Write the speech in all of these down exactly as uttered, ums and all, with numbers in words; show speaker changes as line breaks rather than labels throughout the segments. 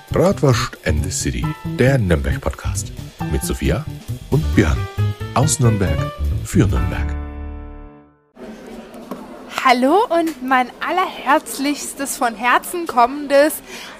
Bratwurst and the City, der Nürnberg-Podcast. Mit Sophia und Björn. Aus Nürnberg für Nürnberg.
Hallo und mein allerherzlichstes, von Herzen kommendes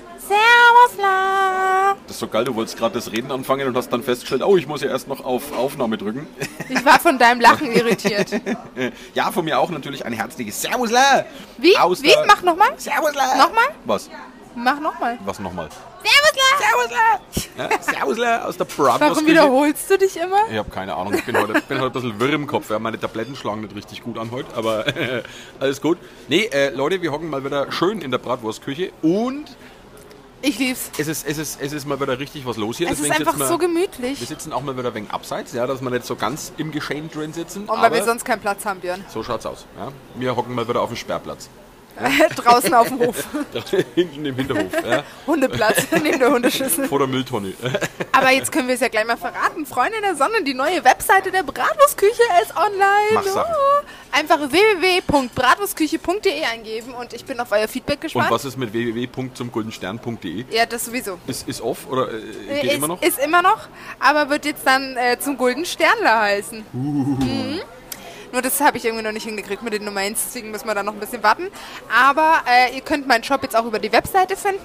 Servusla!
Das ist so geil, du wolltest gerade das Reden anfangen und hast dann festgestellt, oh, ich muss ja erst noch auf Aufnahme drücken.
Ich war von deinem Lachen irritiert.
Ja, von mir auch natürlich ein herzliches Servusla!
Wie?
Aus
Wie?
der-
Mach nochmal.
Servusla!
Nochmal?
Was?
Mach nochmal.
Was nochmal?
Servusla!
Servusla! Ja, Servusla aus der Bratwurst.
Warum wiederholst du dich immer?
Ich habe keine Ahnung, ich bin heute, bin heute ein bisschen wirr im Kopf. Ja, meine Tabletten schlagen nicht richtig gut an heute, aber alles gut. Nee, äh, Leute, wir hocken mal wieder schön in der Bratwurstküche und
Ich lieb's.
es ist, es ist, es ist mal wieder richtig was los hier.
Es ist
Deswegen
einfach
sitzen wir,
so gemütlich.
Wir sitzen auch mal wieder ein wenig abseits, ja, dass wir nicht so ganz im Geschehen drin sitzen.
Und weil
aber
wir sonst keinen Platz haben, Björn.
so schaut's aus. Ja. Wir hocken mal wieder auf dem Sperrplatz.
Draußen auf dem Hof.
Hinten im Hinterhof. Ja.
Hundeplatz neben der Hundeschüssel.
Vor der Mülltonne.
Aber jetzt können wir es ja gleich mal verraten. Freunde der Sonne, die neue Webseite der Bratwurstküche ist online.
Mach Sachen.
Oh. Einfach w w w punkt bratwurstküche punkt d e eingeben und ich bin auf euer Feedback gespannt.
Und was ist mit w w w punkt zum goldenstern punkt d e?
Ja, das sowieso.
Ist, ist off oder äh, geht
ist,
immer noch?
Ist immer noch, aber wird jetzt dann äh, zum Golden Sternler heißen.
Uh.
Mhm. Nur das habe ich irgendwie noch nicht hingekriegt mit den Nummer eins, deswegen müssen wir da noch ein bisschen warten. Aber äh, ihr könnt meinen Shop jetzt auch über die Webseite finden.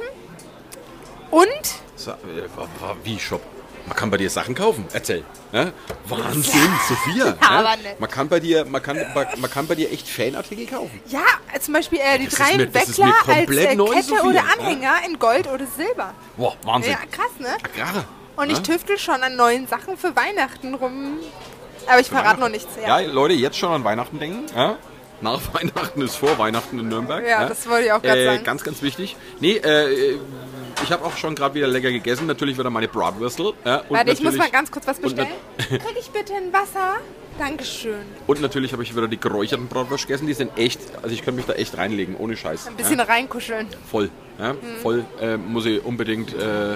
Und
So, äh, wie Shop? Man kann bei dir Sachen kaufen. Erzähl. Ja? Wahnsinn, Sophia.
Ja, aber nicht.
Man kann bei dir, man kann, man kann bei dir echt Fanartikel kaufen.
ja, äh, zum Beispiel äh, die
Das ist
drei
mir- das ist
Weckler
mir
als
komplett
äh,
neu,
Kette
Sophia,
oder
ja?
Anhänger in Gold oder Silber.
Boah, Wahnsinn.
Ja, krass, ne?
Agrare.
Und ich
Ja?
tüftel schon an neuen Sachen für Weihnachten rum. Aber ich verrate noch nichts.
Ja, Leute, jetzt schon an Weihnachten denken. Ja? Nach Weihnachten ist vor Weihnachten in Nürnberg.
Ja, das wollte ich auch gerade
äh,
sagen.
Ganz, ganz wichtig. Nee, äh, ich habe auch schon gerade wieder lecker gegessen. Natürlich wieder meine Bratwürstel. Ja, und
Warte, ich muss
natürlich-
mal ganz kurz was
und nat-
bestellen. Krieg ich bitte ein Wasser? Dankeschön.
Und natürlich habe ich wieder die geräucherten Bratwürste gegessen. Die sind echt, also ich könnte mich da echt reinlegen, ohne Scheiß.
Ein bisschen
ja?
reinkuscheln.
Voll. Ja? Voll äh, muss ich unbedingt. Äh,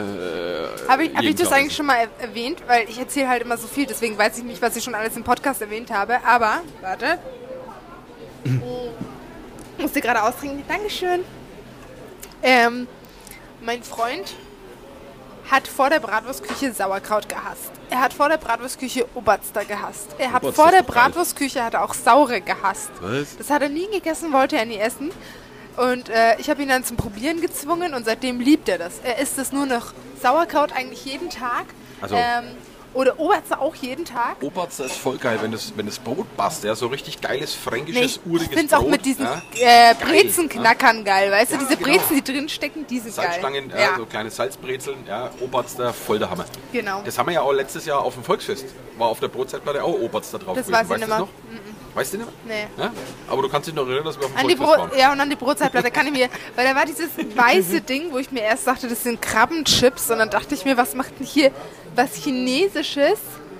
Habe ich, hab ich
jeden
das
Tag
eigentlich
essen.
schon mal er- erwähnt? Weil ich erzähle halt immer so viel, deswegen weiß ich nicht, was ich schon alles im Podcast erwähnt habe. Aber, warte. Ich musste gerade austrinken. Dankeschön. Ähm, mein Freund hat vor der Bratwurstküche Sauerkraut gehasst. Er hat vor der Bratwurstküche Oberster gehasst. Er hat
Oberster
vor der
ist doch geil.
Bratwurstküche hat er auch Saure gehasst.
Was?
Das hat er nie gegessen, wollte er nie essen. Und äh, ich habe ihn dann zum Probieren gezwungen und seitdem liebt er das. Er isst es nur noch Sauerkraut eigentlich jeden Tag.
Also-
ähm, oder Oberster auch jeden Tag.
Oberster ist voll geil, wenn das, wenn das Brot passt. Ja? So richtig geiles, fränkisches,
Nee, ich
uriges
finde es auch
Brot.
mit diesen
ja?
äh,
Geil,
Brezenknackern geil, weißt
Ja,
du? Diese
genau.
Brezen, die drin stecken, die sind
Salzstangen,
geil.
ja, so kleine Salzbrezeln, ja, Oberster, voll der Hammer.
Genau.
Das haben wir ja auch letztes Jahr auf dem Volksfest. War auf der Brotzeitplatte auch Oberster drauf.
Das
gewesen.
weiß ich
weißt
nicht
du
mehr.
noch? Weißt du nicht mehr?
Nee.
Ja? Aber du kannst dich noch erinnern, dass wir auf dem
An die
Volksfest
Brot,
waren.
ja, und an die Brotzeitplatte kann ich mir, weil da war dieses weiße Ding, wo ich mir erst dachte, das sind Krabbenchips, und dann dachte ich mir, was macht denn hier was Chinesisches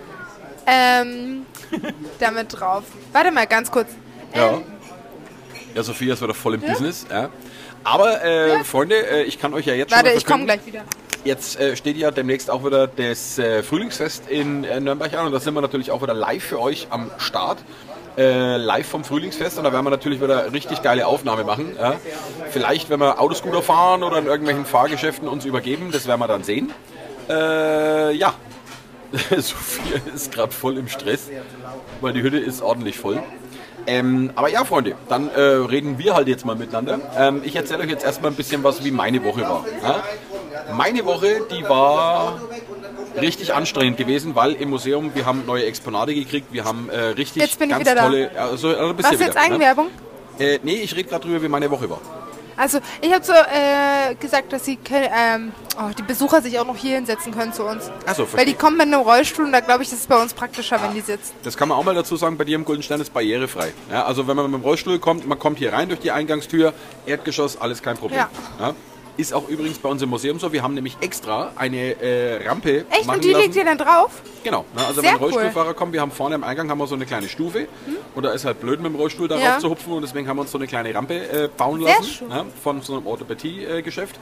ähm, damit drauf? Warte mal, ganz kurz.
Ja.
Ähm,
Ja, Sophia ist wieder voll im Business. Ja. Aber, äh, Freunde, äh, ich kann euch ja jetzt schon
warte,
mal
ich komme
verkünden,
gleich wieder.
Jetzt äh, steht ja demnächst auch wieder das äh, Frühlingsfest in äh, Nürnberg an und da sind wir natürlich auch wieder live für euch am Start. Äh, live vom Frühlingsfest und da werden wir natürlich wieder richtig geile Aufnahme machen. Ja. Vielleicht, wenn wir Autoscooter fahren oder in irgendwelchen Fahrgeschäften uns übergeben, das werden wir dann sehen. Äh, ja, Sophia ist gerade voll im Stress, weil die Hütte ist ordentlich voll. Ähm, aber ja, Freunde, dann äh, reden wir halt jetzt mal miteinander. Ähm, ich erzähle euch jetzt erstmal ein bisschen was, wie meine Woche war. Ja? Meine Woche, die war richtig anstrengend gewesen, weil im Museum, wir haben neue Exponate gekriegt, wir haben äh, richtig
Jetzt bin ich
ganz
wieder da.
tolle... Also, also bist
Was
du wieder,
jetzt Eigenwerbung?
Ne? Äh, nee, ich rede gerade drüber, wie meine Woche war.
Also, ich habe so äh, gesagt, dass die, ähm, oh, die Besucher sich auch noch hier hinsetzen können zu uns.
Ach so,
Weil
verstehe.
die kommen mit einem Rollstuhl und da glaube ich, das ist bei uns praktischer, wenn die sitzen.
Das kann man auch mal dazu sagen, bei dir im Golden Stern ist barrierefrei. Ja, also wenn man mit dem Rollstuhl kommt, man kommt hier rein durch die Eingangstür, Erdgeschoss, alles kein Problem.
Ja.
Ja? Ist auch übrigens bei uns im Museum so, wir haben nämlich extra eine äh, Rampe
Echt?
machen
Und die
lassen.
legt ihr dann drauf?
Genau, ne? Also
Sehr
wenn ein
cool.
Rollstuhlfahrer kommt, wir haben vorne am Eingang haben wir so eine kleine Stufe und da ist halt blöd mit dem Rollstuhl darauf
Ja.
zu hupfen und deswegen haben wir uns so eine kleine Rampe äh, bauen
Sehr
lassen
schön.
ne? Von so einem Orthopädie-Geschäft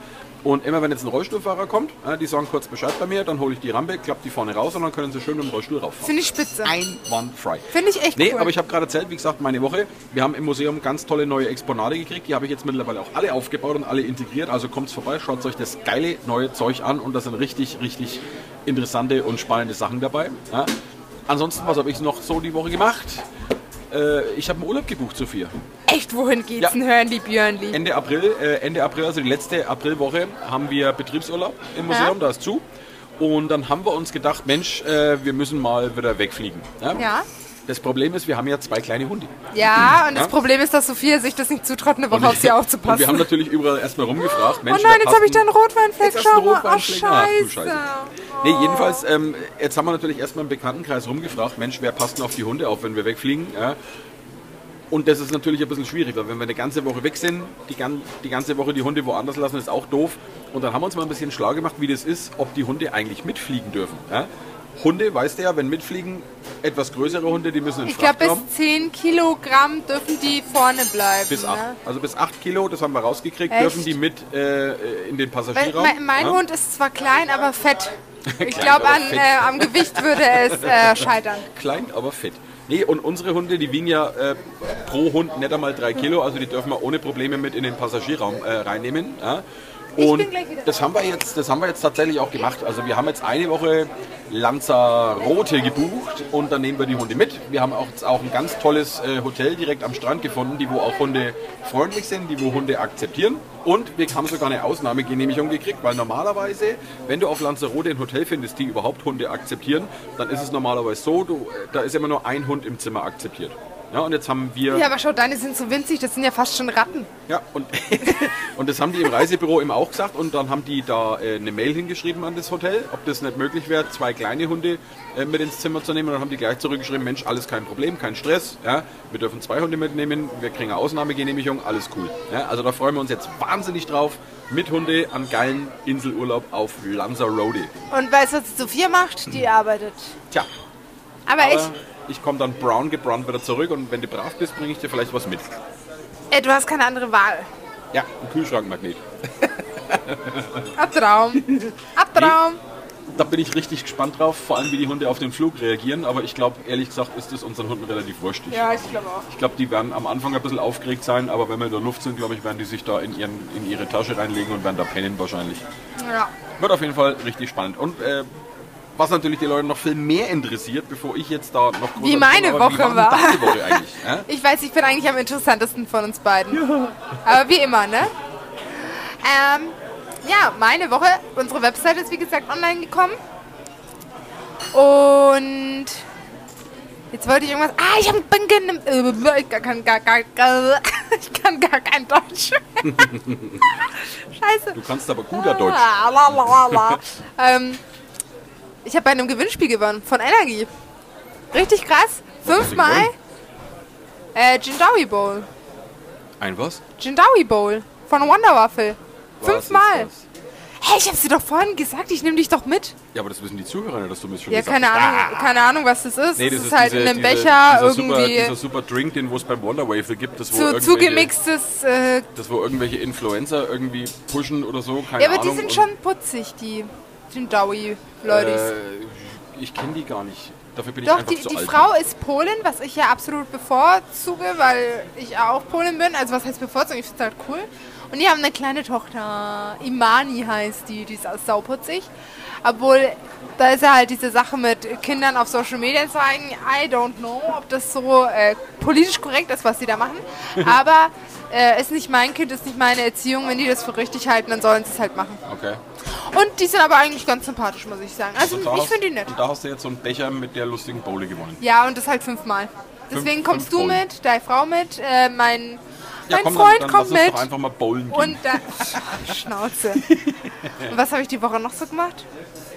Und immer wenn jetzt ein Rollstuhlfahrer kommt, äh, die sagen kurz Bescheid bei mir, dann hole ich die Rampe, klappe die vorne raus und dann können sie schön mit dem Rollstuhl rauffahren.
Finde ich spitze.
Einwandfrei.
Finde ich echt
nee,
cool.
aber ich habe gerade erzählt, wie gesagt, meine Woche. Wir haben im Museum ganz tolle neue Exponate gekriegt. Die habe ich jetzt mittlerweile auch alle aufgebaut und alle integriert. Also kommt's vorbei, schaut euch das geile neue Zeug an und da sind richtig, richtig interessante und spannende Sachen dabei. Ja. Ansonsten, was habe ich noch so die Woche gemacht? Äh, ich habe einen Urlaub gebucht, Sophia.
Echt, wohin geht's
Ja.
denn, hören die Björnli?
Ende April, äh, Ende April, also die letzte Aprilwoche, haben wir Betriebsurlaub im Museum,
Ja.
da ist zu. Und dann haben wir uns gedacht, Mensch, äh, wir müssen mal wieder wegfliegen. Ja?
Ja.
Das Problem ist, wir haben ja zwei kleine Hunde.
Ja, und
Ja.
das Problem ist, dass Sophia sich das nicht zutraut, eine Woche auf sie
Und
aufzupassen.
wir haben natürlich überall erstmal rumgefragt.
Oh
Mensch,
nein,
wer
jetzt
passt
habe ich da
denn-
einen Rotweinfleck.
Jetzt hast du einen
Schau mal. Oh,
Rotweinfleck. Ach, du
scheiße.
Scheiße. Nee, jedenfalls, ähm, jetzt haben wir natürlich erstmal im Bekanntenkreis rumgefragt, Mensch, wer passt denn auf die Hunde auf, wenn wir wegfliegen? Ja? Und das ist natürlich ein bisschen schwierig, weil wenn wir eine ganze Woche weg sind, die, gan die ganze Woche die Hunde woanders lassen, ist auch doof. Und dann haben wir uns mal ein bisschen schlau gemacht, wie das ist, ob die Hunde eigentlich mitfliegen dürfen. Ja? Hunde, weißt du ja, wenn mitfliegen, etwas größere Hunde, die müssen in den
Ich glaube,
Frachtraum.
bis zehn Kilogramm dürfen die vorne bleiben.
Bis acht.
Ne?
Also bis acht Kilo, das haben wir rausgekriegt,
Echt?
dürfen die mit äh, in den
Weil,
Passagierraum.
mein mein
ja?
Hund ist zwar klein, aber fett. Ich
Klein,
glaube,
aber
an,
fett.
äh, am Gewicht würde es äh, scheitern.
Klein, aber fett. Nee, und unsere Hunde, die wiegen ja äh, pro Hund nicht einmal drei Kilo, also die dürfen wir ohne Probleme mit in den Passagierraum äh, reinnehmen. Ja? Und
bin gleich wieder
das haben, wir jetzt, das haben wir jetzt tatsächlich auch gemacht. Also wir haben jetzt eine Woche Lanzarote gebucht und dann nehmen wir die Hunde mit. Wir haben auch, jetzt auch ein ganz tolles äh, Hotel direkt am Strand gefunden, die wo auch Hunde freundlich sind, die wo Hunde akzeptieren. Und wir haben sogar eine Ausnahmegenehmigung gekriegt, weil normalerweise, wenn du auf Lanzarote ein Hotel findest, die überhaupt Hunde akzeptieren, dann ist es normalerweise so, du, äh, da ist immer nur ein Hund im Zimmer akzeptiert. Ja, und jetzt haben wir...
Ja, aber schau, deine sind so winzig, das sind ja fast schon Ratten.
Ja, und, und das haben die im Reisebüro eben auch gesagt und dann haben die da äh, eine Mail hingeschrieben an das Hotel, ob das nicht möglich wäre, zwei kleine Hunde äh, mit ins Zimmer zu nehmen. Und dann haben die gleich zurückgeschrieben, Mensch, alles kein Problem, kein Stress, ja, wir dürfen zwei Hunde mitnehmen, wir kriegen eine Ausnahmegenehmigung, alles cool. Ja, also da freuen wir uns jetzt wahnsinnig drauf, mit Hunde an geilen Inselurlaub auf Lanzarote.
Und weißt du, was die Sophia macht? Die arbeitet.
Tja,
Aber,
aber
ich,
ich komme dann brown gebrannt wieder zurück und wenn du brav bist, bringe ich dir vielleicht was mit.
ey, du hast keine andere Wahl.
Ja, ein Kühlschrankmagnet.
Abtraum. Abtraum.
Da bin ich richtig gespannt drauf, vor allem wie die Hunde auf den Flug reagieren. Aber ich glaube, ehrlich gesagt, ist es unseren Hunden relativ wurstig.
Ja, ich glaube auch.
Ich glaube, die werden am Anfang ein bisschen aufgeregt sein, aber wenn wir in der Luft sind, glaube ich, werden die sich da in, ihren, in ihre Tasche reinlegen und werden da pennen wahrscheinlich.
Ja.
Wird auf jeden Fall richtig spannend. Und äh, was natürlich die Leute noch viel mehr interessiert, bevor ich jetzt da noch
Wie meine
aber
Woche
wie war.
war.
denn deine Woche eigentlich? Ja?
Ich weiß, ich bin eigentlich am interessantesten von uns beiden. Ja. Aber wie immer, ne? Ähm, ja, meine Woche, unsere Webseite ist wie gesagt online gekommen. Und jetzt wollte ich irgendwas. Ah, ich, hab, bin gen, äh, ich, kann gar, gar, gar, ich kann gar kein Deutsch. Scheiße.
Du kannst aber guter Deutsch.
Ah, la, la, la. ähm, ich habe bei einem Gewinnspiel gewonnen von Energy. Richtig krass.
Was hast du
Fünfmal
gewonnen?
äh, Jindawi Bowl.
Ein was?
Jindawi Bowl von Wonder Waffle.
Was
Fünfmal.
ist das?
Hey, ich hab's dir doch vorhin gesagt, ich nehme dich doch mit.
Ja, aber das wissen die Zuhörer nicht, dass du mir schon
Ja,
gesagt
keine
hast.
Ahnung, keine Ahnung, was das ist.
Nee,
das
das
ist halt
diese-
in einem
diese-
Becher
dieser Super,
irgendwie
dieser super Drink, den wo es beim Wonder Waffle gibt, das wo,
zu,
irgendwelche,
zugemixtes. Äh,
das wo irgendwelche Influencer irgendwie pushen oder so, keine
ja, aber
Ahnung.
die sind
Und,
schon putzig, die Jindawi-Leute.
Äh, ich kenne die gar nicht. Dafür bin ich
Doch,
einfach
die,
zu
die
alt.
Frau ist Polin, was ich ja absolut bevorzuge, weil ich auch Polin bin. Also was heißt bevorzugen? Ich finde es halt cool. Und die haben eine kleine Tochter, Imani heißt die, die ist auch sauputzig. Obwohl, da ist ja halt diese Sache mit Kindern auf Social Media zeigen. I don't know, ob das so äh, politisch korrekt ist, was die da machen. Aber äh, ist nicht mein Kind, ist nicht meine Erziehung. Wenn die das für richtig halten, dann sollen sie es halt machen.
Okay.
Und die sind aber eigentlich ganz sympathisch, muss ich sagen. Also
Und da
ich
hast-
finde die nett.
Und da hast du jetzt so einen Becher mit der lustigen Bowle gewonnen.
Ja, und das halt fünfmal. Deswegen
Fünf-
kommst
fünf
du
Bowlen.
mit, deine Frau mit, äh, mein,
Ja,
mein
komm,
Freund
dann, dann
kommt
lass uns
mit.
doch einfach mal bowlen gehen.
Und dann. Schnauze. Und was habe ich die Woche noch so gemacht?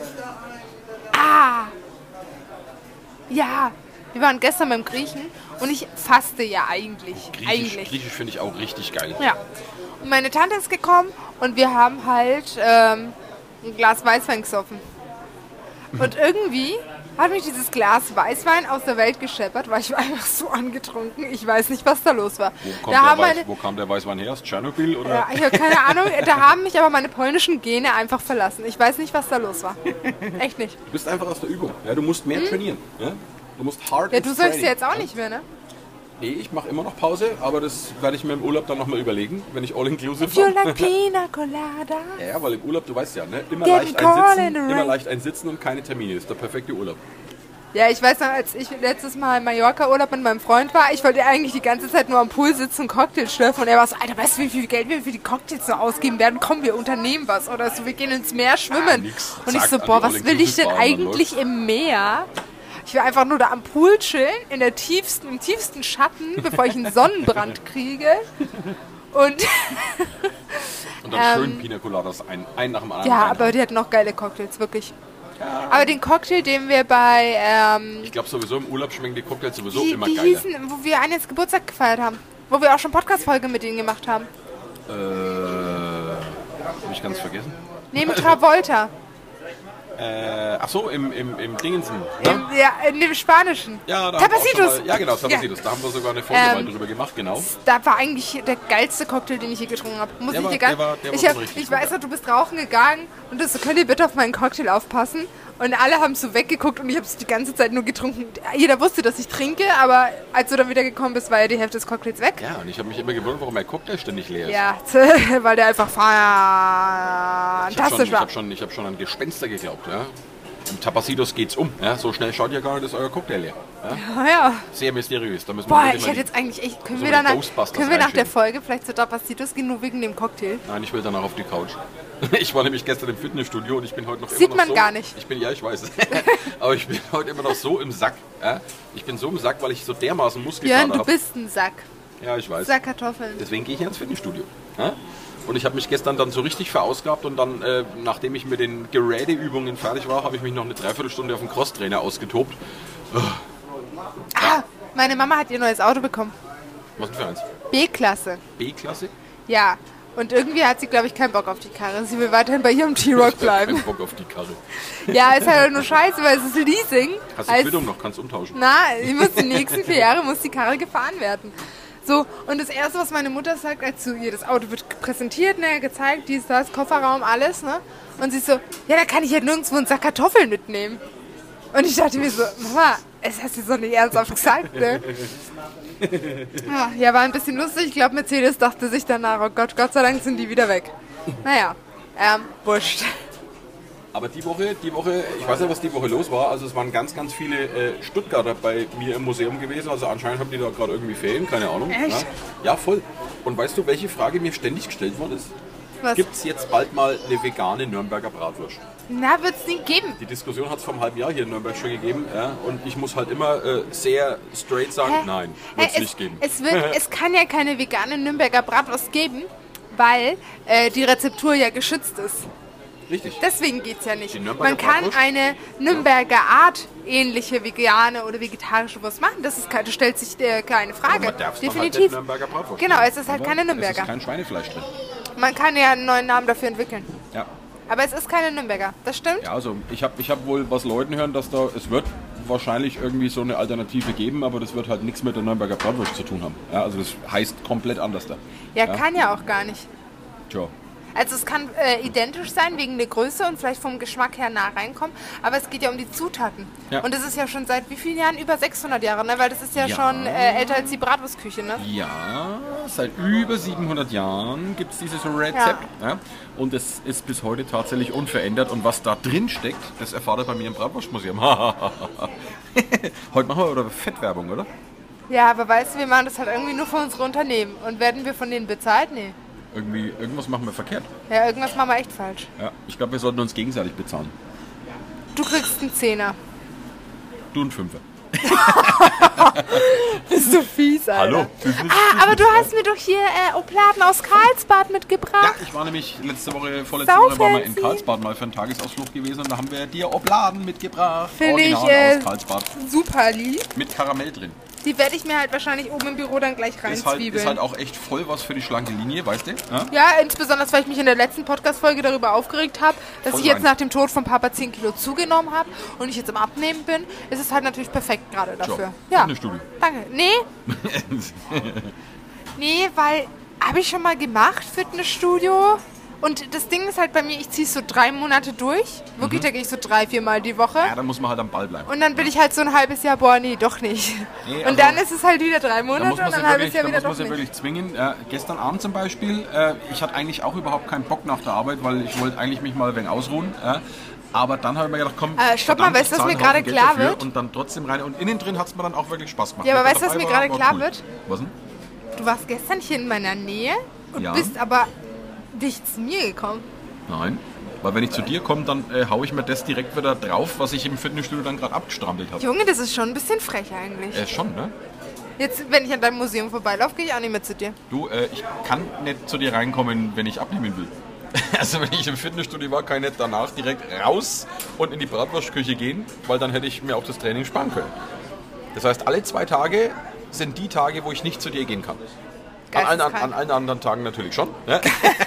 Ah! Ja, wir waren gestern beim Griechen und ich faste ja eigentlich.
Griechisch,
eigentlich.
Griechisch finde ich auch richtig geil.
Ja. Und meine Tante ist gekommen und wir haben halt ähm, ein Glas Weißwein gesoffen. Und irgendwie hat mich dieses Glas Weißwein aus der Welt gescheppert, weil ich war einfach so angetrunken. Ich weiß nicht, was da los war.
Wo, kommt
Da
der
haben
Weiß,
meine,
wo kam der Weißwein her? Aus Tschernobyl? Oder?
ja, ich habe keine Ahnung. Da haben mich aber meine polnischen Gene einfach verlassen. Ich weiß nicht, was da los war. Echt nicht.
Du bist einfach aus der Übung. Ja, du musst mehr trainieren. Ja? Du musst hard
Ja,
ins
du sollst
Training.
ja jetzt auch nicht mehr, ne?
Nee, ich mache immer noch Pause, aber das werde ich mir im Urlaub dann nochmal überlegen, wenn ich all-inclusive
If you
habe.
like pina colada.
Ja, weil im Urlaub, du weißt ja, ne? immer,
Get
leicht
call in
einsitzen,
the
immer
rain.
leicht einsitzen und keine Termine. Das ist der perfekte Urlaub.
Ja, ich weiß noch, als ich letztes Mal im Mallorca-Urlaub mit meinem Freund war, ich wollte eigentlich die ganze Zeit nur am Pool sitzen und Cocktails schlürfen. Und er war so, Alter, weißt du, wie viel Geld wir für die Cocktails noch ausgeben werden? Komm, wir unternehmen was. Oder so, wir gehen ins Meer schwimmen.
Ah, nix.
und ich
Zack,
so,
an die
boah, was will ich denn
All-Inclusive-Bar, dann
eigentlich im Meer? Ich will einfach nur da am Pool chillen, in der tiefsten, im tiefsten Schatten, bevor ich einen Sonnenbrand kriege. Und
Und dann
Ähm,
schön Pina Coladas, ein, ein nach dem anderen.
ja,
rein.
aber die hatten noch geile Cocktails, wirklich. Aber den Cocktail, den wir bei, ähm,
Ich glaube sowieso, im Urlaub schmecken die Cocktails sowieso
die,
immer
die
geiler.
hießen, wo wir einen jetzt Geburtstag gefeiert haben. Wo wir auch schon Podcast-Folge mit denen gemacht haben.
Äh, hab ich ganz vergessen.
Neben Travolta.
Äh, ach so, im, im, im Dingensen. Ne?
Im, ja, in dem Spanischen.
Ja, da haben wir auch schon
Tapacitos.
mal, ja, genau, Tapacitos. Da haben wir sogar eine Folge
Ähm,
mal drüber gemacht, genau.
Da war eigentlich der geilste Cocktail, den ich je getrunken habe. Muss
Der
ich
war-
dir gar
der war- der war
ich,
schon
hab,
richtig
ich
gut,
weiß
ja.
noch, du bist rauchen gegangen und du so, könnt ihr bitte auf meinen Cocktail aufpassen? Und alle haben so weggeguckt und ich habe es die ganze Zeit nur getrunken. Jeder wusste, dass ich trinke, aber als du dann wieder gekommen bist, war ja die Hälfte des Cocktails weg.
Ja, und ich habe mich immer gewundert, warum mein Cocktail ständig leer ist.
Ja, weil der einfach
Ich habe schon,
fantastisch
ich
war.
hab schon, ich hab schon an Gespenster geglaubt. Ja. Im Tapacitos geht's um. Ja. So schnell schaut ihr gar nicht, ist euer Cocktail leer. Ja.
Oh ja.
Sehr mysteriös. Da müssen wir
Boah,
wirklich
ich
mal
hätte
die-
jetzt eigentlich echt, können
so
wir,
die
danach,
Ghostbusters
können wir nach der
reinschicken.
Folge vielleicht zu Tapacitos gehen, nur wegen dem Cocktail?
Nein, ich will danach auf die Couch. Ich war nämlich gestern im Fitnessstudio und ich bin heute noch
Sieht
immer noch
man
so...
gar nicht.
Ich bin, ja, ich weiß. Aber ich bin heute immer noch so im Sack. Ja. Ich bin so im Sack, weil ich so dermaßen Muskelkater
Björn, du
habe.
bist ein Sack.
Ja, ich weiß.
Sack Kartoffeln.
Deswegen gehe ich ja ins Fitnessstudio. Ja? Und ich habe mich gestern dann so richtig verausgabt und dann, äh, nachdem ich mit den Geräteübungen fertig war, habe ich mich noch eine Dreiviertelstunde auf den Crosstrainer ausgetobt.
Ah, meine Mama hat ihr neues Auto bekommen.
Was denn für eins?
B-Klasse.
B-Klasse?
Ja. Und irgendwie hat sie, glaube ich, keinen Bock auf die Karre. Sie will weiterhin bei ihrem T-Rock bleiben.
Kein Bock auf die Karre.
Ja, ist halt nur scheiße, weil es ist Leasing.
Hast du
Als-
Quittung noch? Kannst umtauschen.
Na, ich muss die nächsten vier Jahre muss die Karre gefahren werden. So, und das Erste, was meine Mutter sagt, als so ihr das Auto wird präsentiert, ne, gezeigt, dies, das, Kofferraum, alles, ne? Und sie so, ja, da kann ich halt nirgendwo einen Sack Kartoffeln mitnehmen. Und ich dachte mir so, Mama, es hast du so nicht ernsthaft gesagt, ne? Ja, ja, war ein bisschen lustig. Ich glaube, Mercedes dachte sich danach, oh Gott, Gott sei Dank sind die wieder weg. Naja, ähm, wurscht.
Aber die Woche, die Woche, ich weiß nicht, was die Woche los war. Also es waren ganz, ganz viele äh, Stuttgarter bei mir im Museum gewesen. Also anscheinend haben die da gerade irgendwie Ferien, keine Ahnung.
Echt?
Ja? Ja, voll. Und weißt du, welche Frage mir ständig gestellt worden ist?
Was?
Gibt es jetzt bald mal eine vegane Nürnberger Bratwurst?
Na, wird's nicht geben.
Die Diskussion hat es vor einem halben Jahr hier in Nürnberg schon gegeben. Ja? Und ich muss halt immer äh, sehr straight sagen,
Hä?
nein,
Hä,
wird es
es,
nicht geben.
Es, wird, es kann ja keine vegane Nürnberger Bratwurst geben, weil äh, die Rezeptur ja geschützt ist.
Richtig.
Deswegen geht's ja nicht.
Die Nürnberger
Man kann
Bratwurst?
eine Nürnberger Art ähnliche vegane oder vegetarische Wurst machen. Das ist, ke- das stellt sich äh, keine
Aber
Frage.
man darf dann halt
Definitiv.
nicht Nürnberger Bratwurst
Genau,
nennen.
es ist halt
Aber
keine
Es
Nürnberger.
ist kein Schweinefleisch drin.
Man kann ja einen neuen Namen dafür entwickeln.
Ja.
Aber es ist keine Nürnberger. Das stimmt?
Ja, also ich habe ich hab wohl was Leuten hören, dass da, es wird wahrscheinlich irgendwie so eine Alternative geben, aber das wird halt nichts mit der Nürnberger Bratwurst zu tun haben. Ja, also das heißt komplett anders da.
Ja, kann ja auch gar nicht.
Tja.
Also es kann äh, identisch sein wegen der Größe und vielleicht vom Geschmack her nah reinkommen, aber es geht ja um die Zutaten.
Ja.
Und das ist ja schon seit wie vielen Jahren? Über sechshundert Jahre, ne? Weil das ist ja,
Ja.
schon äh, älter als die Bratwurstküche, ne?
Ja, seit über siebenhundert Jahren gibt es dieses Rezept. Ja. Und es ist bis heute tatsächlich unverändert. Und was da drin steckt, das erfahrt ihr bei mir im Bratwurstmuseum. Heute machen wir oder Fettwerbung, oder?
Ja, aber weißt du, wir machen das halt irgendwie nur für unsere Unternehmen. Und werden wir von denen bezahlt? Nee.
Irgendwie, irgendwas machen wir verkehrt.
Ja, irgendwas machen wir echt falsch.
Ja, ich glaube, wir sollten uns gegenseitig bezahlen.
Du kriegst einen Zehner.
Du ein Fünfer.
Bist du fies, Alter.
Hallo.
Ah, aber du hast mir doch hier äh, Opladen aus Karlsbad
Ja,
mitgebracht.
ich war nämlich letzte Woche, vorletzte Woche waren wir in
Saufancy.
Karlsbad mal für einen Tagesausflug gewesen und da haben wir dir Obladen mitgebracht.
Finde ich,
Original
äh,
aus Karlsbad.
Super lieb.
Mit Karamell drin.
Die werde ich mir halt wahrscheinlich oben im Büro dann gleich
Ist halt,
reinzwiebeln.
ist halt auch echt voll was für die schlanke Linie, weißt du? Ja?
Ja, insbesondere, weil ich mich in der letzten Podcast-Folge darüber aufgeregt habe, dass
Voll
ich jetzt
rein.
nach dem Tod von Papa zehn Kilo zugenommen habe und ich jetzt im Abnehmen bin, ist es halt natürlich perfekt gerade dafür. Ja,
Fitnessstudio.
danke. Nee, nee, weil, habe ich schon mal gemacht, Fitnessstudio. Und das Ding ist halt bei mir, ich ziehe es so drei Monate durch. Wirklich,
Mhm.
da gehe ich so drei, vier Mal die Woche.
Ja, dann muss man halt am Ball bleiben.
Und dann bin ich halt so ein halbes Jahr, boah, nee, doch nicht.
Nee, also
und dann ist es halt wieder drei
Da
Monate
muss man
und
sich
dann ein halbes
wirklich,
Jahr
da
wieder
muss man
doch
sich
nicht.
wirklich zwingen. Äh, gestern Abend zum Beispiel, äh, ich hatte eigentlich auch überhaupt keinen Bock nach der Arbeit, weil ich wollte eigentlich mich mal ein wenig ausruhen. Äh, aber dann habe ich mir gedacht, komm,
Äh, stopp mal,
verdammt,
weißt du,
ich
was mir
zahle
gerade
einen Haufen
klar
Geld dafür
wird?
Und dann trotzdem rein. Und innen drin hat es mir dann auch wirklich Spaß gemacht.
Ja, aber
Wer
weißt du, was
dabei
mir
war,
gerade
war
klar
cool.
wird?
Was denn?
Du warst gestern hier in meiner Nähe und
Ja.
bist aber nicht zu mir gekommen.
Nein. Weil wenn ich zu dir komme, dann äh, haue ich mir das direkt wieder drauf, was ich im Fitnessstudio dann gerade abgestrampelt habe.
Junge, das ist schon ein bisschen frech eigentlich.
Äh, schon, ne?
Jetzt, wenn ich an deinem Museum vorbeilaufe, gehe ich auch nicht mehr zu dir.
Du, äh, ich kann nicht zu dir reinkommen, wenn ich abnehmen will. Also wenn ich im Fitnessstudio war, kann ich nicht danach direkt raus und in die Bratwurstküche gehen, weil dann hätte ich mir auch das Training sparen können. Das heißt, alle zwei Tage sind die Tage, wo ich nicht zu dir gehen kann. An allen, an, an allen anderen Tagen natürlich schon. Ne?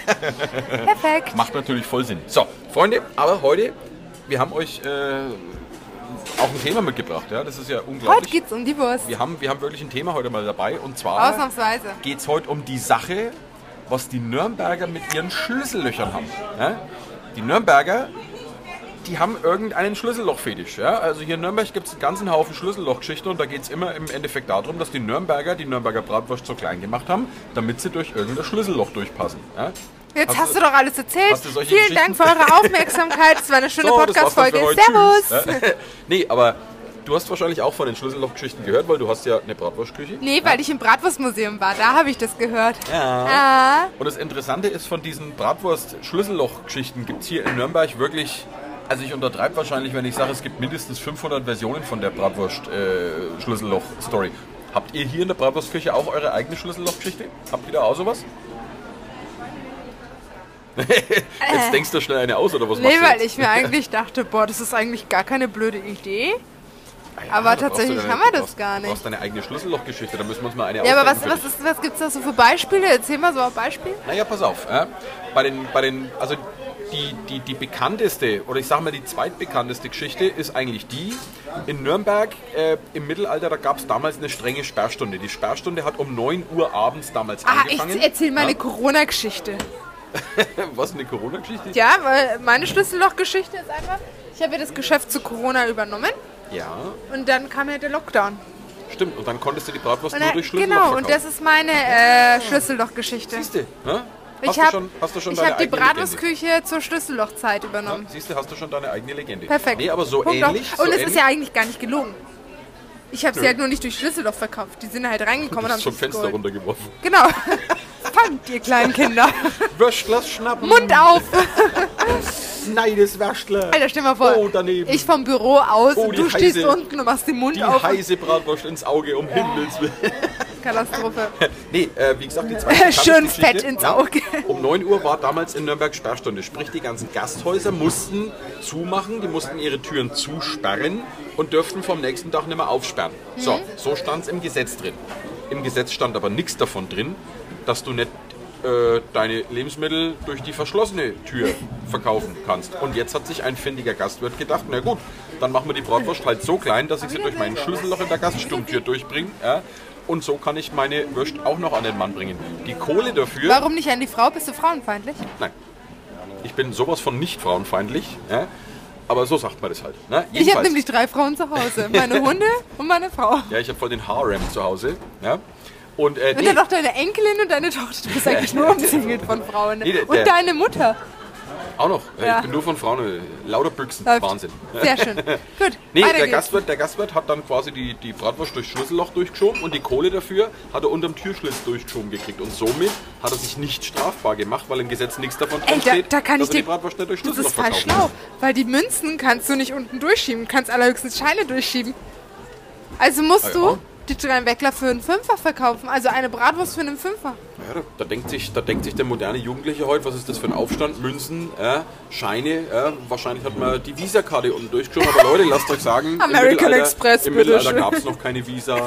Perfekt.
Macht natürlich voll Sinn. So, Freunde, aber heute, wir haben euch äh, auch ein Thema mitgebracht. Ja? Das ist ja unglaublich.
Heute geht's um die Wurst.
Wir haben, wir haben wirklich ein Thema heute mal dabei. Und zwar
Ausnahmsweise.
geht es heute um die Sache, was die Nürnberger mit ihren Schlüssellöchern haben. Ja? Die Nürnberger, die haben irgendeinen Schlüssellochfetisch. Ja? Also hier in Nürnberg gibt es einen ganzen Haufen Schlüssellochgeschichten und da geht es immer im Endeffekt darum, dass die Nürnberger die Nürnberger Bratwurst so klein gemacht haben, damit sie durch irgendein Schlüsselloch durchpassen. Ja?
Jetzt hast, du doch alles erzählt.
hast du solche
Vielen Dank für
Geschichten?
eure Aufmerksamkeit. Es war eine schöne
So, das war's dann
Podcast-Folge.
für heute.
Servus.
Tschüss. Ja? Nee, aber du hast wahrscheinlich auch von den Schlüssellochgeschichten gehört, weil du hast ja eine Bratwurstküche.
Nee, weil ich im Bratwurstmuseum war. Da habe ich das gehört.
Ja.
Ah.
Und das Interessante ist, von diesen Bratwurst-Schlüsselloch-Geschichten gibt es hier in Nürnberg wirklich, also ich untertreibe wahrscheinlich, wenn ich sage, es gibt mindestens fünfhundert Versionen von der Bratwurst-Schlüsselloch-Story. Habt ihr hier in der Bratwurstküche auch eure eigene Schlüsselloch-Geschichte? Habt ihr da auch sowas? Jetzt denkst du schnell eine aus, oder was
Nee,
machst du
weil
jetzt?
ich mir eigentlich dachte, boah, das ist eigentlich gar keine blöde Idee.
Ah ja,
aber
da brauchst du
tatsächlich
deine-
haben wir
du
das
brauchst-
gar
Du
nicht.
brauchst deine eigene Schlüssellochgeschichte, da müssen wir uns mal eine
Ja, aber was,
ausdenken für
was,
dich.
ist, was gibt's da so für Beispiele? Erzähl mal so ein Beispiel.
Naja, pass auf. Ja. Bei den, bei den, also die, die, die bekannteste, oder ich sage mal die zweitbekannteste Geschichte ist eigentlich die, in Nürnberg äh, im Mittelalter, da gab es damals eine strenge Sperrstunde. Die Sperrstunde hat um neun Uhr abends damals
Ah, ich
angefangen.
erzähl mal eine
Ja?
Corona-Geschichte.
Was, eine Corona-Geschichte?
Ja, weil meine Schlüsselloch-Geschichte ist einfach, ich habe ja das Geschäft zu Corona übernommen
Ja,
und dann kam ja der Lockdown.
stimmt. Und dann konntest du die Bratwurst
Und
nur
dann,
durch Schlüsselloch
genau,
verkaufen.
und das ist meine äh, Schlüsselloch-Geschichte.
Siehst du, ja?
Ich
Hast, du
habe
schon, hast du schon
ich
deine
hab die
eigene Legende?
Bratwurstküche zur Schlüssellochzeit übernommen.
Ja, siehst du, hast du schon deine eigene Legende.
Perfekt.
Nee, aber so
Punkt
ähnlich.
auf.
So
Und es
ähnlich,
ist ja eigentlich gar nicht gelogen. Ich habe sie
Nö.
halt nur nicht durch Schlüsselloch verkauft. Die sind halt reingekommen und haben
zum
sich's
Fenster
geholt.
runtergeworfen.
Genau. Fangt, ihr kleinen Kinder.
Würstlers schnappen.
Mund auf.
Neides Würstler.
Alter, stell mal vor,
Oh, daneben.
ich vom Büro aus
Oh,
und
die
du stehst
heiße-
unten und machst den Mund
Die
auf.
heiße Bratwurst ins Auge, um Himmels Willen.
Katastrophe.
Nee, äh, wie gesagt, die zweite
Schön
Geschichte,
fett ins Auge.
Um neun Uhr war damals in Nürnberg Sperrstunde. Sprich, die ganzen Gasthäuser mussten zumachen, die mussten ihre Türen zusperren und dürften vom nächsten Tag nicht mehr aufsperren.
Mhm.
So, so stand es im Gesetz drin. Im Gesetz stand aber nichts davon drin, dass du nicht äh, deine Lebensmittel durch die verschlossene Tür verkaufen kannst. Und jetzt hat sich ein findiger Gastwirt gedacht, na gut, dann machen wir die Bratwurst halt so klein, dass ich sie durch mein Schlüsselloch in der Gaststubentür durchbringe. Ja? Und so kann ich meine Wurst auch noch an den Mann bringen. Die Kohle dafür...
Warum nicht an die Frau? Bist du frauenfeindlich?
Nein. Ich bin sowas von nicht frauenfeindlich. Ja? Aber so sagt man das halt. Ne?
Ich habe
Jedenfalls-
nämlich drei Frauen zu Hause. Meine Hunde und meine Frau.
Ja, ich habe voll den Harem zu Hause. Ja? Und, äh,
Und
nee,
dann noch deine Enkelin und deine Tochter. Du bist eigentlich nur umzingelt von Frauen.
Nee, der-
Und deine Mutter.
auch noch. Äh,
Ja.
Ich bin nur von Frauen. äh, Lauter Büchsen.
Läuft.
Wahnsinn.
Sehr schön. Gut,
Nee,
weiter
der
geht's.
Gastwirt, der Gastwirt hat dann quasi die, die Bratwurst durchs Schlüsselloch durchgeschoben und die Kohle dafür hat er unterm Türschlitz durchgeschoben gekriegt. Und somit hat er sich nicht strafbar gemacht, weil im Gesetz nichts davon
Ey,
drin
da,
steht,
da kann
dass
ich
er die
dir...
Bratwurst nicht durchs
Das
Schlüsselloch
ist voll
verkaufen
schlau, weil die Münzen kannst du nicht unten durchschieben. Du kannst allerhöchstens Scheine durchschieben. Also musst
Ah, ja.
du die drei Weckler für einen Fünfer verkaufen. Also eine Bratwurst für einen Fünfer.
Ja, da, da, denkt sich, da denkt sich der moderne Jugendliche heute, was ist das für ein Aufstand? Münzen, ja, Scheine, ja, wahrscheinlich hat man die Visa-Karte unten durchgeschoben. Aber Leute, lasst euch sagen,
American
im Mittelalter,
Express,
im
bitte
Mittelalter
schön.
gab es noch keine Visa, da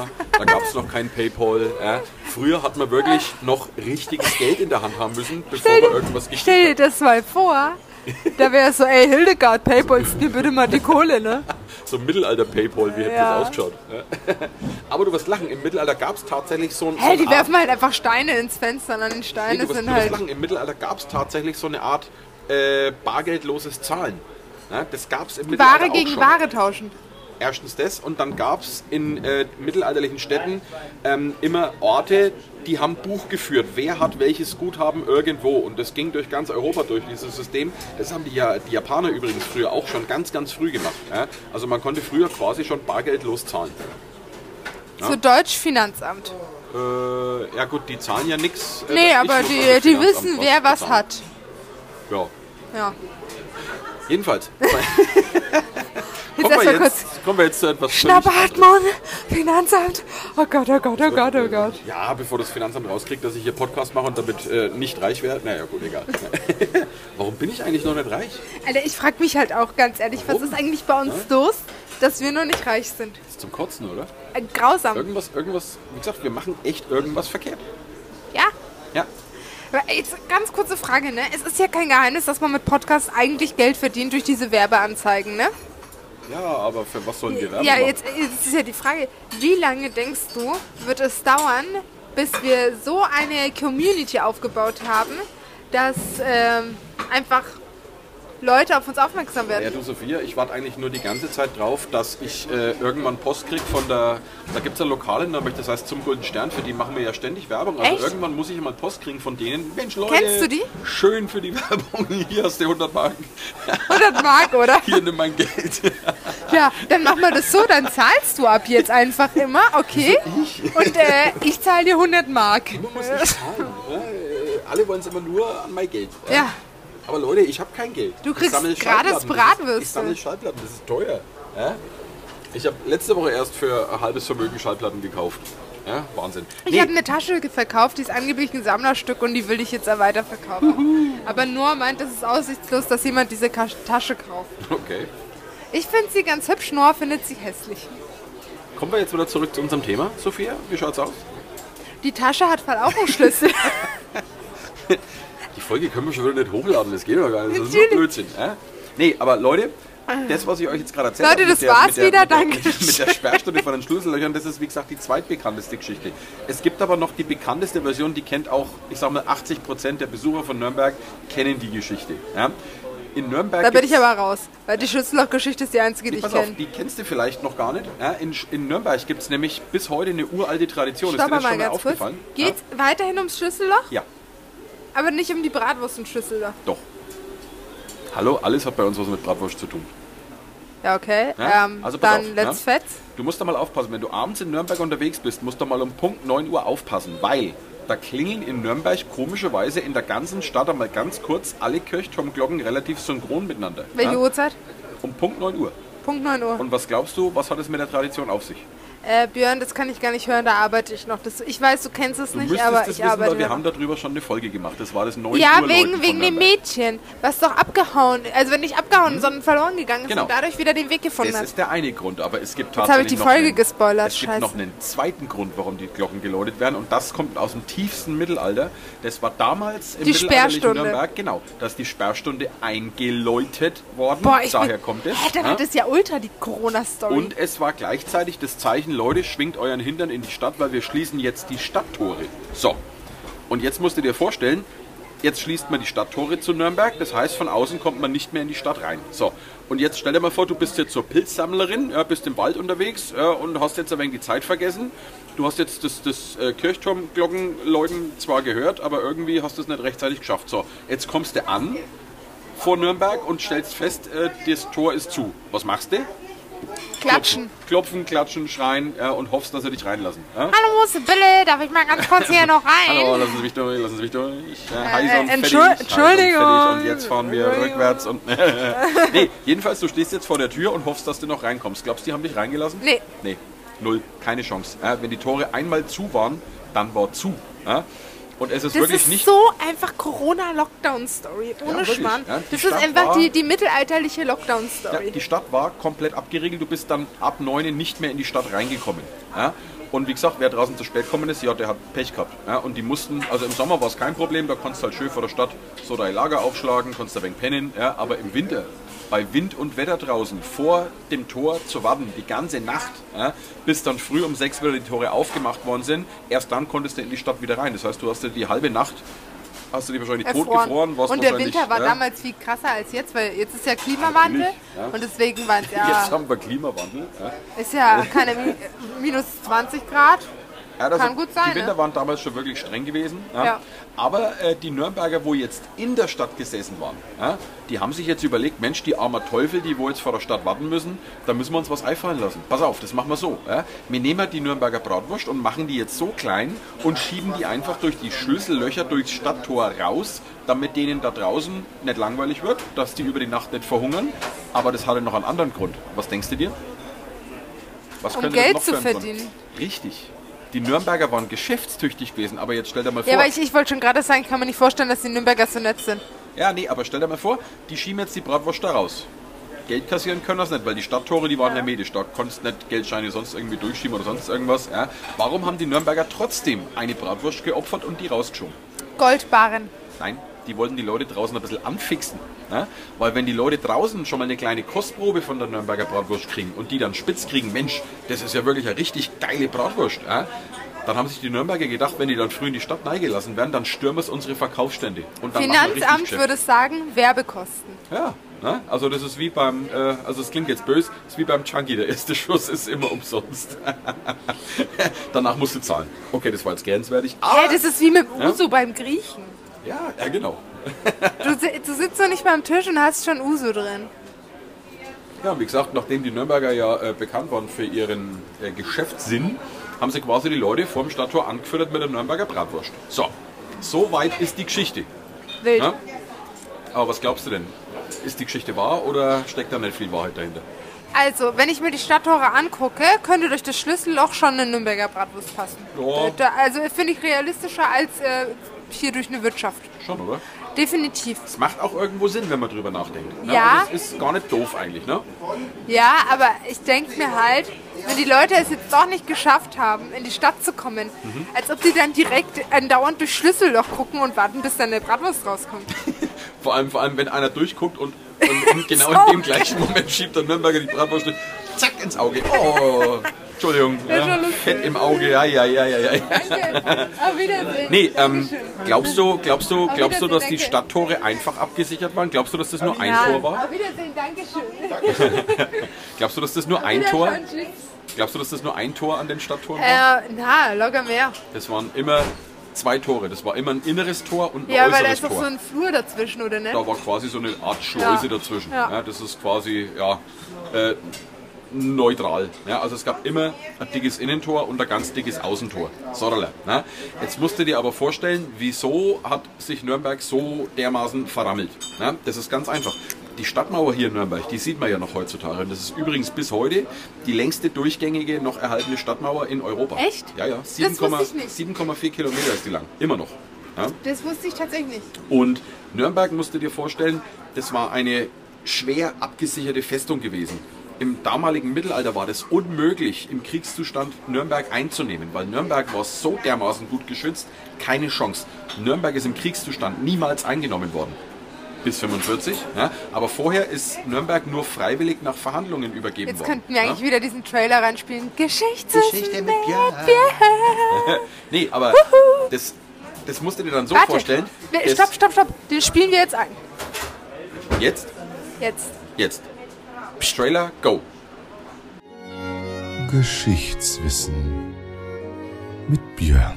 Da gab es noch kein Paypal. Ja. Früher hat man wirklich noch richtiges Geld in der Hand haben müssen, bevor
Stell dir-
man irgendwas geschickt
Stell dir
hat.
das mal vor. Da wäre so, ey Hildegard, Paypal, mir bitte mal die Kohle, ne?
So ein Mittelalter-Paypal, wie hätte
Ja.
das ausgeschaut? Ja. Aber du wirst lachen, im Mittelalter gab es tatsächlich so ein...
Hä,
so
die
eine
werfen halt einfach Steine ins Fenster und an den
Nee,
Steinen
du wirst,
sind
du wirst
halt...
lachen, im Mittelalter gab es tatsächlich so eine Art äh, bargeldloses Zahlen. Ja, das gab es im Mittelalter
Ware
auch
gegen
schon.
Ware tauschen.
Erstens das und dann gab es in äh, mittelalterlichen Städten ähm, immer Orte, die haben Buch geführt, wer hat welches Guthaben irgendwo und das ging durch ganz Europa durch, dieses System. Das haben die, ja, die Japaner übrigens früher auch schon ganz, ganz früh gemacht. Ja? Also man konnte früher quasi schon bargeldlos zahlen. Ja.
So Deutsch Finanzamt.
Äh, ja gut, die zahlen ja nichts. Äh,
Nee,
dass
aber
ich muss
die,
an das
die
Finanzamt
wissen, wer was
bezahlen.
hat.
Ja,
Ja.
jedenfalls.
Jetzt
kommen, wir
erst mal kurz.
jetzt, kommen wir jetzt zu etwas völlig
Schnappatmung, Finanzamt. Oh Gott, oh Gott, oh Gott, oh Gott.
Ja, bevor das Finanzamt rauskriegt, dass ich hier Podcast mache und damit äh, nicht reich werde. Naja, gut, egal. Warum bin ich eigentlich noch nicht reich?
Alter, ich frag mich halt auch ganz ehrlich, was
Warum?
ist eigentlich bei uns los, dass wir noch nicht reich sind?
Das ist zum Kotzen, oder?
Äh, grausam.
Irgendwas, irgendwas, wie gesagt, wir machen echt irgendwas verkehrt.
Ja?
Ja.
Aber jetzt ganz kurze Frage, ne? Es ist ja kein Geheimnis, dass man mit Podcasts eigentlich Geld verdient durch diese Werbeanzeigen, ne?
Ja, aber für was sollen wir Werbung
Ja,
machen?
jetzt, jetzt ist ja die Frage, wie lange denkst du, wird es dauern, bis wir so eine Community aufgebaut haben, dass ähm, einfach Leute auf uns aufmerksam
Ja,
werden?
du Sophia, ich warte eigentlich nur die ganze Zeit drauf, dass ich äh, irgendwann Post kriege von der, da gibt es ein Lokal in Nürnberg, das heißt zum Golden Stern, für die machen wir ja ständig Werbung. Also
Echt?
irgendwann muss ich mal Post kriegen von denen. Mensch, Leute,
Kennst du die?
schön für die Werbung, hier hast du hundert Mark,
hundert Mark, oder?
hier nimm mein Geld.
Ja, dann machen wir das so, dann zahlst du ab jetzt einfach immer, okay? Und äh, ich zahle dir hundert Mark.
Man muss nicht zahlen. Ja, äh, alle wollen es immer nur an mein Geld.
Ja.
Aber Leute, ich habe kein Geld.
Du
Ich
kriegst
sammle
gratis
Schallplatten. Das ist-
Bratwürste.
Ich sammle Schallplatten, das ist teuer. Ja? Ich habe letzte Woche erst für ein halbes Vermögen Schallplatten gekauft. Ja, Wahnsinn.
Ich
Nee,
habe eine Tasche verkauft, die ist angeblich ein Sammlerstück und die will ich jetzt weiterverkaufen. Aber Noah meint, es ist aussichtslos, dass jemand diese Ka- Tasche kauft.
okay.
Ich finde sie ganz hübsch, Noah findet sie hässlich.
Kommen wir jetzt wieder zurück zu unserem Thema, Sophia. Wie schaut's aus?
Die Tasche hat voll auch einen Schlüssel.
Die Folge können wir schon wieder nicht hochladen, das geht doch gar nicht. Das ist nur
Natürlich.
Blödsinn. Ja? Nee, aber Leute, das, was ich euch jetzt gerade erzählt
Leute,
habe,
das war's wieder,
mit der,
danke.
Mit, mit der Sperrstunde von den Schlüssellöchern, das ist wie gesagt die zweitbekannteste Geschichte. Es gibt aber noch die bekannteste Version, die kennt auch, ich sag mal, achtzig Prozent der Besucher von Nürnberg kennen die Geschichte. Ja? In Nürnberg
Da bin ich
gibt's-
aber raus, weil die Schlüsselloch-Geschichte ist die einzige, die ich
Pass auf,
kenne.
die kennst du vielleicht noch gar nicht. Ja, in, in Nürnberg gibt es nämlich bis heute eine uralte Tradition.
Stopp
ist dir das
mal
schon mal
ganz kurz.
aufgefallen?
Geht's weiterhin ums Schlüsselloch?
Ja? ja,
Aber nicht um die Bratwurst und Schlüsselloch.
doch. Hallo, alles hat bei uns was mit Bratwurst zu tun.
Ja, okay.
Ja,
Ähm,
also pass
dann
auf,
let's
ja.
fetz.
Du musst da mal aufpassen, wenn du abends in Nürnberg unterwegs bist, musst du mal um Punkt neun Uhr aufpassen, weil da klingeln in Nürnberg komischerweise in der ganzen Stadt einmal ganz kurz alle Kirchturmglocken relativ synchron miteinander.
Welche
ja?
Uhrzeit?
Um Punkt neun Uhr.
Punkt neun Uhr.
Und was glaubst du, was hat es mit der Tradition auf sich?
Äh, Björn, das kann ich gar nicht hören, da arbeite ich noch. Das, ich weiß, du kennst es
Du
nicht,
müsstest
aber
das
ich
wissen,
arbeite
weil wir
noch.
haben darüber schon eine Folge gemacht. Das war das neun
Ja,
Uhr
wegen,
Läuten
wegen
von
dem
Nürnberg.
Mädchen, was doch abgehauen, also wenn nicht abgehauen, sondern verloren gegangen ist
Genau.
und dadurch wieder den Weg gefunden
Das
hat.
ist der eine Grund, aber es gibt
Jetzt habe ich
tatsächlich
die
noch
Folge
einen,
gespoilert,
Es gibt
scheiße.
noch einen zweiten Grund, warum die Glocken geläutet werden und das kommt aus dem tiefsten Mittelalter. Das war damals im
Die
mittelalterlichen
Sperrstunde.
Nürnberg, genau, da ist die Sperrstunde eingeläutet worden.
Boah, ich
Daher
bin,
kommt es.
Hä, dann
ja?
hat es ja ultra die Corona-Story.
Und es war gleichzeitig das Zeichen, Leute, schwingt euren Hintern in die Stadt, weil wir schließen jetzt die Stadttore. So, und jetzt musst du dir vorstellen, jetzt schließt man die Stadttore zu Nürnberg, das heißt, von außen kommt man nicht mehr in die Stadt rein. So, und jetzt stell dir mal vor, du bist jetzt zur Pilzsammlerin, ja, bist im Wald unterwegs ja, und hast jetzt ein wenig die Zeit vergessen. Du hast jetzt das, das äh, Kirchturmglockenläuten zwar gehört, aber irgendwie hast du es nicht rechtzeitig geschafft. So, jetzt kommst du an vor Nürnberg und stellst fest, äh, das Tor ist zu. Was machst du?
Klatschen.
Klopfen, klatschen, schreien ja, und hoffst, dass sie dich reinlassen. Ja?
Hallo, Sibylle, darf ich mal ganz kurz hier noch rein?
Hallo, lassen Sie mich durch, lassen Sie mich durch. Äh, heiser und
äh,
fettig,
Entschuld-
heiser und
Entschuldigung.
fettig und jetzt fahren wir
Entschuldigung.
rückwärts. Und nee, jedenfalls, du stehst jetzt vor der Tür und hoffst, dass du noch reinkommst. Glaubst du, die haben dich reingelassen?
Nee.
Nee, null, keine Chance. Ja, wenn die Tore einmal zu waren, dann war zu. Ja? Und es ist
Das
wirklich
ist
nicht...
so einfach Corona-Lockdown-Story. Ohne
wirklich,
Schmarrn.
ja. Die
Das ist
Stadt
einfach
war-
die, die mittelalterliche
Ja,
Lockdown-Story.
die Stadt war komplett abgeriegelt. Du bist dann ab neun nicht mehr in die Stadt reingekommen. Ja? Und wie gesagt, wer draußen zu spät gekommen ist, ja, der hat Pech gehabt. Ja, und die mussten, also im Sommer war es kein Problem, da konntest du halt schön vor der Stadt so dein Lager aufschlagen, konntest ein wenig pennen. Ja, aber im Winter, bei Wind und Wetter draußen, vor dem Tor zu warten, die ganze Nacht, ja, bis dann früh um sechs wieder die Tore aufgemacht worden sind, erst dann konntest du in die Stadt wieder rein. Das heißt, du hast dir die halbe Nacht, hast du dich wahrscheinlich totgefroren.
Und der Winter war ja damals viel krasser als jetzt, weil jetzt ist ja Klimawandel
ja.
und deswegen war es ja...
Jetzt haben wir Klimawandel. Ja.
Ist ja keine Mi- minus zwanzig Grad.
Ja, das
Kann gut sein.
Die Winter
ne?
waren damals schon wirklich streng gewesen. Ja.
Ja.
Aber äh, die Nürnberger, wo jetzt in der Stadt gesessen waren, ja, die haben sich jetzt überlegt, Mensch, die armen Teufel, die wo jetzt vor der Stadt warten müssen, da müssen wir uns was einfallen lassen. Pass auf, das machen wir so. Ja. Wir nehmen die Nürnberger Bratwurst und machen die jetzt so klein und schieben die einfach durch die Schlüssellöcher durchs Stadttor raus, damit denen da draußen nicht langweilig wird, dass die über die Nacht nicht verhungern. Aber das hatte noch einen anderen Grund. Was denkst du dir? Was
Um
könnte das
Geld
noch
zu
für einen Grund?
verdienen.
Richtig. Die Nürnberger waren geschäftstüchtig gewesen, aber jetzt stell dir mal vor...
Ja, aber ich, ich wollte schon gerade sagen, ich kann mir nicht vorstellen, dass die Nürnberger so nett sind.
Ja, nee, aber stell dir mal vor, die schieben jetzt die Bratwurst da raus. Geld kassieren können das nicht, weil die Stadttore, die waren ja. hermetisch. Da konntest du nicht Geldscheine sonst irgendwie durchschieben oder sonst irgendwas. Ja. Warum haben die Nürnberger trotzdem eine Bratwurst geopfert und die rausgeschoben?
Goldbarren.
Nein, die wollten die Leute draußen ein bisschen anfixen. Ja? Weil wenn die Leute draußen schon mal eine kleine Kostprobe von der Nürnberger Bratwurst kriegen und die dann spitz kriegen, Mensch, das ist ja wirklich eine richtig geile Bratwurst. Ja? Dann haben sich die Nürnberger gedacht, wenn die dann früh in die Stadt reingelassen werden, dann stürmen es unsere Verkaufsstände. Und dann
Finanzamt würde sagen, Werbekosten.
Ja, ne? Also das ist wie beim, äh, also es klingt jetzt böse, das ist wie beim Junkie, der erste Schuss ist immer umsonst. Danach musst du zahlen. Okay, das war jetzt grenzwertig. Aber,
hey, das ist wie mit Uso
ja?
beim Griechen.
Ja, ja genau.
Du, du sitzt doch nicht beim Tisch und hast schon Uso drin.
Ja, wie gesagt, nachdem die Nürnberger ja äh, bekannt waren für ihren äh, Geschäftssinn, haben sie quasi die Leute vor dem Stadttor angefüttert mit der Nürnberger Bratwurst. So, so weit ist die Geschichte.
Wild.
Ja? Aber was glaubst du denn? Ist die Geschichte wahr oder steckt da nicht viel Wahrheit dahinter?
Also, wenn ich mir die Stadttore angucke, könnte durch das Schlüsselloch schon eine Nürnberger Bratwurst passen.
Ja.
Da, also finde ich realistischer als äh, hier durch eine Wirtschaft.
Schon, oder?
Definitiv.
Es macht auch irgendwo Sinn, wenn man drüber nachdenkt. Ne?
Ja.
Also es ist gar nicht doof eigentlich, ne?
Ja, aber ich denke mir halt, wenn die Leute es jetzt doch nicht geschafft haben, in die Stadt zu kommen, mhm. als ob die dann direkt andauernd durch Schlüsselloch gucken und warten, bis dann eine Bratwurst rauskommt.
vor, allem, vor allem, wenn einer durchguckt und, und, und genau
so.
in dem gleichen Moment schiebt der Nürnberger die Bratwurst durch, zack, ins Auge. Oh, Entschuldigung, ja, Fett im Auge, ja, ja, ja, ja, ja.
Danke, auf Wiedersehen.
Nee, ähm, glaubst du, glaubst du,
Auf
glaubst du, dass
Wiedersehen,
die
danke.
Stadttore einfach abgesichert waren? Glaubst du, dass das nur ein
Ja,
Tor war?
auf Wiedersehen, Dankeschön.
Glaubst du, dass das nur ein Tor? Glaubst du, dass das nur ein Tor an den Stadttoren war?
Äh, na, locker mehr.
Das waren immer zwei Tore. Das war immer ein inneres Tor und ein
Ja, weil da
äußeres
ist doch
Tor.
so ein Flur dazwischen, oder nicht?
Da war quasi so eine Art Schleuse
Ja.
dazwischen.
Ja.
Ja, das ist quasi ja, äh, neutral. Ja, also es gab immer ein dickes Innentor und ein ganz dickes Außentor. Sorle. Ja. Jetzt musst du dir aber vorstellen, wieso hat sich Nürnberg so dermaßen verrammelt. Ja, das ist ganz einfach. Die Stadtmauer hier in Nürnberg, die sieht man ja noch heutzutage. Und das ist übrigens bis heute die längste durchgängige noch erhaltene Stadtmauer in Europa.
Echt?
Ja, ja.
Das wusste ich nicht.
sieben Komma vier Kilometer ist die lang. Immer noch. Ja.
Das wusste ich tatsächlich nicht.
Und Nürnberg, musst du dir vorstellen, das war eine schwer abgesicherte Festung gewesen. Im damaligen Mittelalter war das unmöglich, im Kriegszustand Nürnberg einzunehmen, weil Nürnberg war so dermaßen gut geschützt, keine Chance. Nürnberg ist im Kriegszustand niemals eingenommen worden. Bis fünfundvierzig, ja, aber vorher ist Nürnberg nur freiwillig nach Verhandlungen übergeben
Jetzt
worden.
könnten wir eigentlich
ja?
wieder diesen Trailer reinspielen. Geschichte,
Geschichte mit Björn. Nee, aber das, das musst du dir dann so
Warte.
vorstellen.
Wir-
das-
Stopp, stopp, stopp. Den spielen wir jetzt ein.
Jetzt?
Jetzt.
Jetzt. Psst, Trailer, go.
Geschichtswissen mit Björn.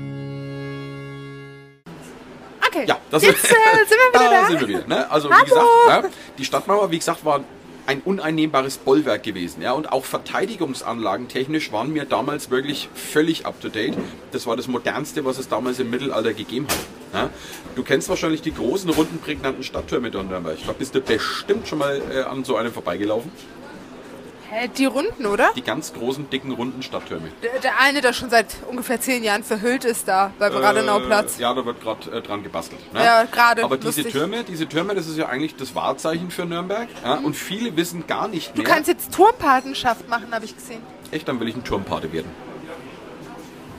Okay.
Ja, das
jetzt äh, sind wir wieder
da
da.
sind wir wieder. Ne? Also
Hallo.
wie gesagt, ja, die Stadtmauer, wie gesagt, war ein uneinnehmbares Bollwerk gewesen. Ja? Und auch Verteidigungsanlagen technisch waren wir damals wirklich völlig up to date. Das war das Modernste, was es damals im Mittelalter gegeben hat. Ja? Du kennst wahrscheinlich die großen, runden, prägnanten Stadttürme da in Nürnberg. Da bist du bestimmt schon mal äh, an so einem vorbeigelaufen.
Hä, die Runden, oder?
Die ganz großen, dicken, runden Stadttürme.
Der, der eine, der schon seit ungefähr zehn Jahren verhüllt ist da, beim Radenauplatz.
Äh, ja, da wird gerade äh, dran gebastelt. Ne?
Ja, gerade,
Aber diese
lustig.
Türme, diese Türme, das ist ja eigentlich das Wahrzeichen für Nürnberg. Ja? Und viele wissen gar nicht
Du
mehr.
kannst jetzt Turmpatenschaft machen, habe ich gesehen.
Echt, dann will ich ein Turmpate werden.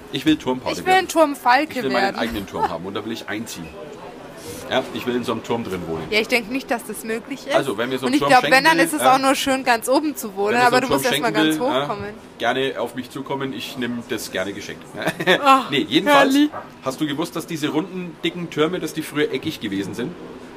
Ich will Turmparty
Ich will ein Turmfalke
Ich will meinen
werden.
eigenen Turm haben und da will ich einziehen. Ja, ich will in so einem Turm drin wohnen.
Ja, ich denke nicht, dass das möglich ist.
Also, wenn wir so
Und
einen
ich
Turm
glaube,
schenken
wenn, dann
will,
ist es
ja,
auch nur schön, ganz oben zu wohnen.
Wenn ihr so
Aber
einen
du musst
Turm
erstmal
schenken
ganz
will,
hochkommen.
äh, gerne auf mich zukommen, ich nehme das gerne geschenkt.
Ach,
nee, jedenfalls,
herrlich.
hast du gewusst, dass diese runden, dicken Türme, dass die früher eckig gewesen sind?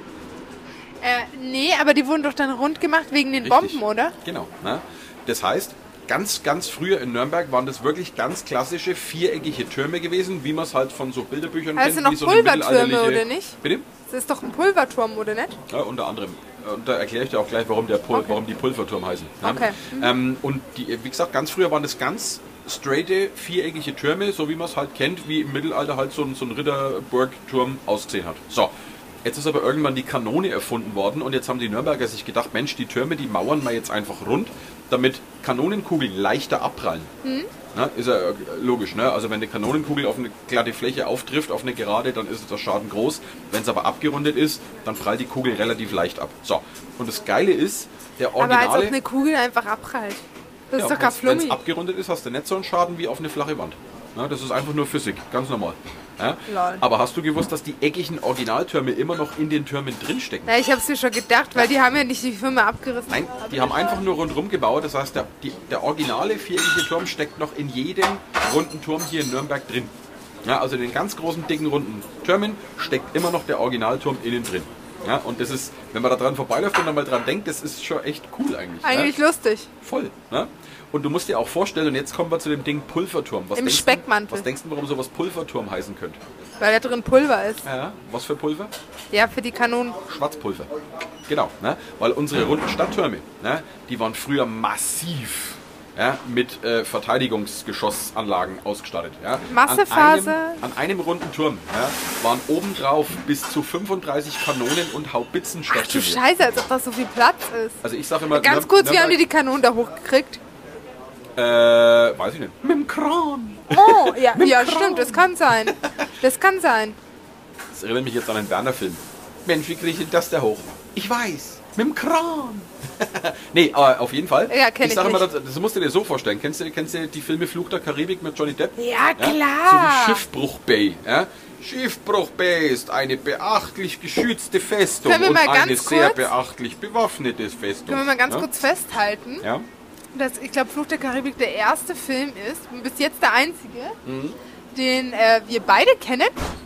Äh, nee, aber die wurden doch dann rund gemacht wegen den
Richtig.
Bomben, oder?
Genau. Ne? Das heißt, ganz, ganz früher in Nürnberg waren das wirklich ganz klassische viereckige Türme gewesen, wie man es halt von so Bilderbüchern
Aber das
kennt.
sind
wie
noch
so eine
Pulvertürme,
mittelalterliche-
oder nicht?
Bitte?
Das ist doch ein Pulverturm, oder nicht?
Ja, unter anderem. Und da erkläre ich dir auch gleich, warum, der Pul
Okay.
warum die Pulverturm heißen. Ne?
Okay.
Ähm, und die, wie gesagt, ganz früher waren das ganz straighte, viereckige Türme, so wie man es halt kennt, wie im Mittelalter halt so ein, so ein Ritterburgturm ausgesehen hat. So, jetzt ist aber irgendwann die Kanone erfunden worden und jetzt haben die Nürnberger sich gedacht, Mensch, die Türme, die mauern wir jetzt einfach rund, damit Kanonenkugeln leichter abprallen.
Mhm.
Na, ist ja äh, logisch, ne? Also wenn eine Kanonenkugel auf eine glatte Fläche auftrifft, auf eine Gerade, dann ist der Schaden groß. Wenn es aber abgerundet ist, dann prallt die Kugel relativ leicht ab. So, und das Geile ist, der
Aber als ob
Originale...
eine Kugel einfach abprallt. Das ist doch kein
Wenn es
Flummi.
abgerundet ist, hast du nicht so einen Schaden wie auf eine flache Wand. Ja, das ist einfach nur Physik, ganz normal. Ja?
Lol.
Aber hast du gewusst, dass die eckigen Originaltürme immer noch in den Türmen drinstecken?
Na, ich hab's mir schon gedacht, weil die haben ja nicht die Firma abgerissen.
Nein, die haben einfach nur rundherum gebaut. Das heißt, der, die, der originale viereckige Turm steckt noch in jedem runden Turm hier in Nürnberg drin. Ja, also in den ganz großen, dicken, runden Türmen steckt immer noch der Originalturm innen drin. Ja, und das ist, wenn man da dran vorbeiläuft und dann mal dran denkt, das ist schon echt cool eigentlich.
Eigentlich
ne?
lustig.
Voll. Ne? Und du musst dir auch vorstellen, und jetzt kommen wir zu dem Ding Pulverturm. Was
Im
denkst du-
Speckmantel.
Was denkst du, warum sowas Pulverturm heißen könnte?
Weil da drin Pulver ist.
Ja, was für Pulver?
Ja, für die Kanonen.
Schwarzpulver. Genau, ne? Weil unsere runden Stadttürme, ne, die waren früher massiv, ja, mit äh, Verteidigungsgeschossanlagen ausgestattet. Ja.
Massephase.
An einem, an einem runden Turm, ja, waren obendrauf bis zu fünfunddreißig Kanonen und Haubitzen
Ach du
stationiert.
Scheiße, als ob da so viel Platz ist.
Also ich sage immer...
Ganz
Nür-
kurz, wie haben
Nürnberg-
die die Kanonen da hochgekriegt?
Äh, weiß ich nicht. Mit dem Kran.
Oh, ja,
Mit
ja
Kran.
stimmt, das kann sein. Das kann sein.
Das erinnert mich jetzt an einen Werner-Film. Mensch, wie kriege ich denn das da hoch? Ich weiß, mit dem Kran. Nee, aber auf jeden Fall.
Ja, kenn ich
sag immer,
nicht.
das, das musst du dir so vorstellen. Kennst du, kennst du die Filme Fluch der Karibik mit Johnny Depp?
Ja,
So
klar.
wie Schiffbruch Bay. Ja? Schiffbruch Bay ist eine beachtlich geschützte Festung
Können wir
und
mal
eine
ganz
sehr
kurz-
beachtlich bewaffnete Festung.
Können wir mal ganz
ja?
kurz festhalten,
Ja?
dass ich glaube, Fluch der Karibik der erste Film ist, und bis jetzt der einzige,
Mhm.
den äh, wir beide kennen.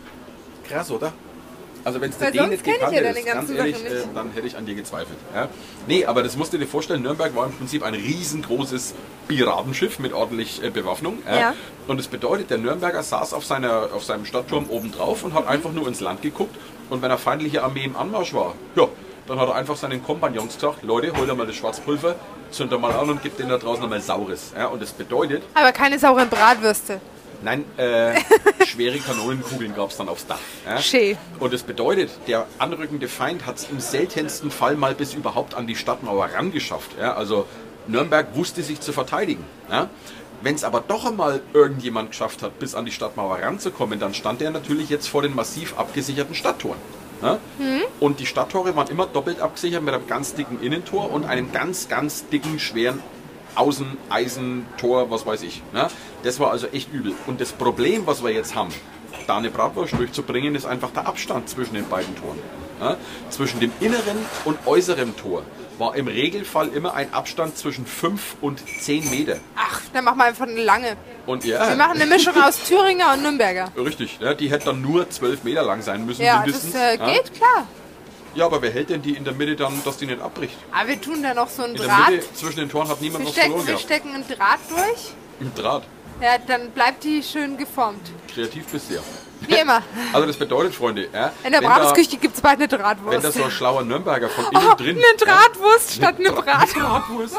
Krass, oder? Also wenn es der
Weil
den
sonst
nicht
kenn ich
gekannt
ja
hätte,
deine
ganz
ganzen
ehrlich,
Sachen
äh,
nicht.
dann hätte ich an dir gezweifelt. Ja? Nee, aber das musst du dir vorstellen, Nürnberg war im Prinzip ein riesengroßes Piratenschiff mit ordentlich äh, Bewaffnung. Ja?
Ja.
Und das bedeutet, der Nürnberger saß auf, seiner, auf seinem Stadtturm oben drauf und hat einfach nur ins Land geguckt. Und wenn eine feindliche Armee im Anmarsch war, ja, dann hat er einfach seinen Kompagnons gesagt, Leute, holt mal das Schwarzpulver, zündet mal an und gibt denen da draußen einmal Saures. Ja? Und das bedeutet,
Aber keine sauren Bratwürste.
Nein, äh, schwere Kanonenkugeln gab es dann aufs Dach. Ja?
Schön.
Und das bedeutet, der anrückende Feind hat es im seltensten Fall mal bis überhaupt an die Stadtmauer rangeschafft. Ja? Also Nürnberg wusste sich zu verteidigen. Ja? Wenn es aber doch einmal irgendjemand geschafft hat, bis an die Stadtmauer ranzukommen, dann stand er natürlich jetzt vor den massiv abgesicherten Stadttoren. Ja? Und die Stadttore waren immer doppelt abgesichert mit einem ganz dicken Innentor und einem ganz, ganz dicken, schweren Außen, Eisentor, was weiß ich. Ne? Das war also echt übel. Und das Problem, was wir jetzt haben, da eine Bratwurst durchzubringen, ist einfach der Abstand zwischen den beiden Toren. Ne? Zwischen dem inneren und äußeren Tor war im Regelfall immer ein Abstand zwischen fünf und zehn Meter.
Ach, dann machen wir einfach eine lange.
Und
Wir
ja,
machen eine Mischung aus Thüringer und Nürnberger.
richtig, ne? Die hätte dann nur zwölf Meter lang sein müssen
Ja, das
mindestens.
äh,
ja?
geht, klar.
Ja, aber wer hält denn die in der Mitte dann, dass die nicht abbricht?
Aber wir tun da noch so einen
In der
Draht.
Mitte zwischen den Toren hat niemand
Wir
was
stecken,
verloren
wir
gehabt.
stecken einen Draht durch.
Im Draht.
Ja, dann bleibt die schön geformt.
Kreativ bisher.
Wie immer.
Also das bedeutet, Freunde, ja,
In der
wenn da-
Bratwurstküche gibt es bald eine
Wenn
Drahtwurst.
das so ein schlauer Nürnberger von innen
Oh,
drin...
eine Drahtwurst statt eine
Bra-
Bratwurst.
Bratwurst.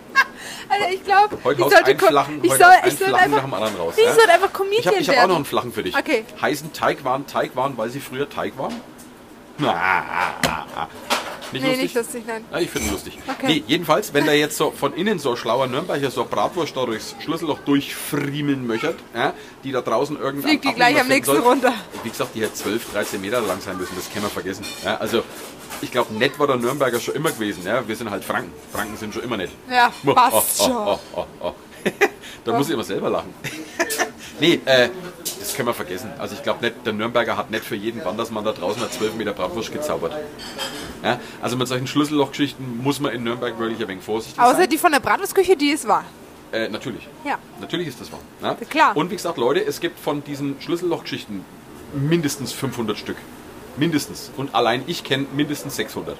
Alter, ich glaube,
Heute
ich
haust
sollte,
ein Flachen,
ich
heute
soll,
haust ein
ich soll
Flachen
einfach,
nach dem anderen raus.
ich
ja?
soll einfach Comedian
Ich habe ich hab auch
werden.
noch einen Flachen für dich.
Okay.
Heißen Teigwaren Teigwaren, weil sie früher Teig waren? Na, ah, ah, ah. Nicht
Nee,
lustig?
nicht lustig, nein.
Ja, ich finde ihn lustig.
Okay.
Nee, jedenfalls, wenn da jetzt so von innen so ein schlauer Nürnberger so eine Bratwurst da durchs Schlüsselloch durchfriemeln möchte, ja, die da draußen irgendwann
Fliegt die gleich am nächsten runter.
Wie gesagt, die hätte zwölf, dreizehn Meter lang sein müssen, das können wir vergessen. Ja, also, ich glaube, nett war der Nürnberger schon immer gewesen. Ja. Wir sind halt Franken. Franken sind schon immer nett.
Ja, passt
Oh,
schon.
oh, oh, oh, oh. Da muss ich immer selber lachen. Nee, äh, das können wir vergessen. Also ich glaube nicht, der Nürnberger hat nicht für jeden Wandersmann da draußen eine zwölf Meter Bratwurst gezaubert. Ja? Also mit solchen Schlüssellochgeschichten muss man in Nürnberg wirklich ein wenig vorsichtig
Außer
sein.
die von der Bratwurstküche, die ist wahr.
Äh, natürlich.
Ja.
Natürlich ist das wahr. Ja?
Klar.
Und wie gesagt, Leute, es gibt von diesen Schlüssellochgeschichten mindestens fünfhundert Stück. Mindestens. Und allein ich kenne mindestens sechshundert.